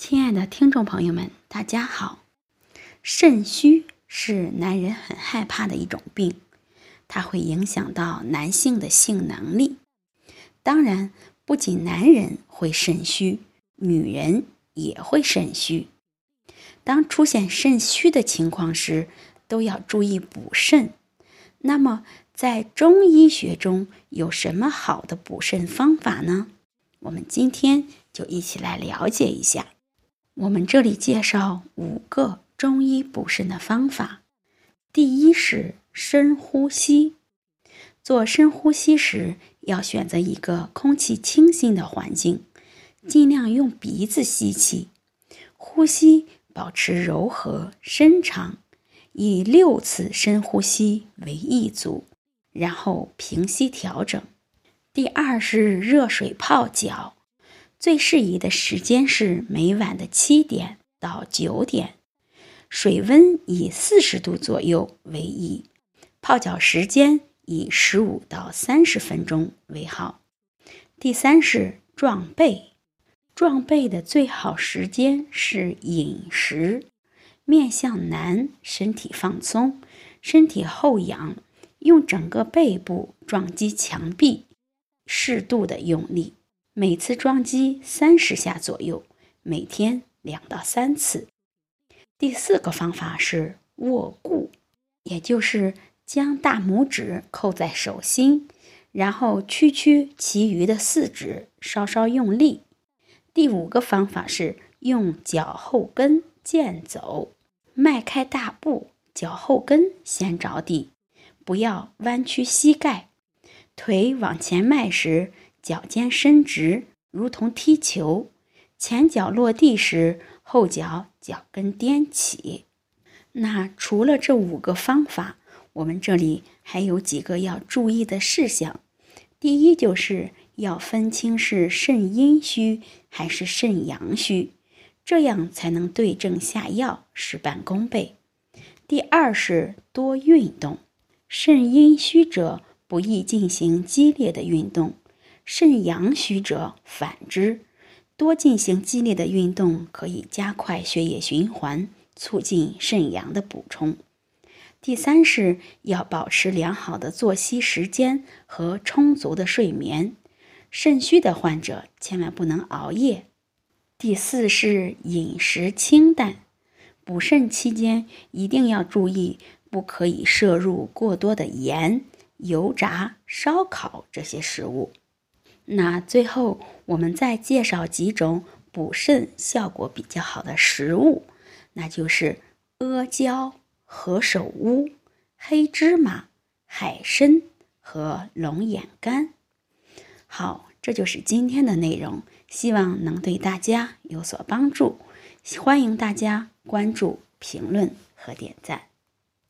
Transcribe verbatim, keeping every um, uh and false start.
亲爱的听众朋友们，大家好。肾虚是男人很害怕的一种病，它会影响到男性的性能力。当然，不仅男人会肾虚，女人也会肾虚。当出现肾虚的情况时，都要注意补肾。那么，在中医学中有什么好的补肾方法呢？我们今天就一起来了解一下。我们这里介绍五个中医补肾的方法。第一是深呼吸。做深呼吸时，要选择一个空气清新的环境，尽量用鼻子吸气，呼吸保持柔和深长，以六次深呼吸为一组，然后平息调整。第二是热水泡脚。最适宜的时间是每晚的七点到九点，水温以四十度左右为宜，泡脚时间以十五到三十分钟为好。第三是壮背。壮背的最好时间是饮食，面向南，身体放松，身体后仰，用整个背部撞击墙壁，适度的用力。每次撞击三十下左右，每天两到三次。第四个方法是握固，也就是将大拇指扣在手心，然后屈曲其余的四指，稍稍用力。第五个方法是用脚后跟健走，迈开大步，脚后跟先着地，不要弯曲膝盖，腿往前迈时，脚尖伸直，如同踢球，前脚落地时，后脚脚跟踮起。那除了这五个方法，我们这里还有几个要注意的事项。第一，就是要分清是肾阴虚还是肾阳虚，这样才能对症下药，事半功倍。第二是多运动，肾阴虚者不宜进行激烈的运动，肾阳虚者反之，多进行激烈的运动可以加快血液循环，促进肾阳的补充。第三是要保持良好的作息时间和充足的睡眠，肾虚的患者千万不能熬夜。第四是饮食清淡，补肾期间一定要注意，不可以摄入过多的盐、油炸、烧烤这些食物。那最后我们再介绍几种补肾效果比较好的食物，那就是阿胶、何首乌、黑芝麻、海参和龙眼干。好，这就是今天的内容，希望能对大家有所帮助。欢迎大家关注、评论和点赞。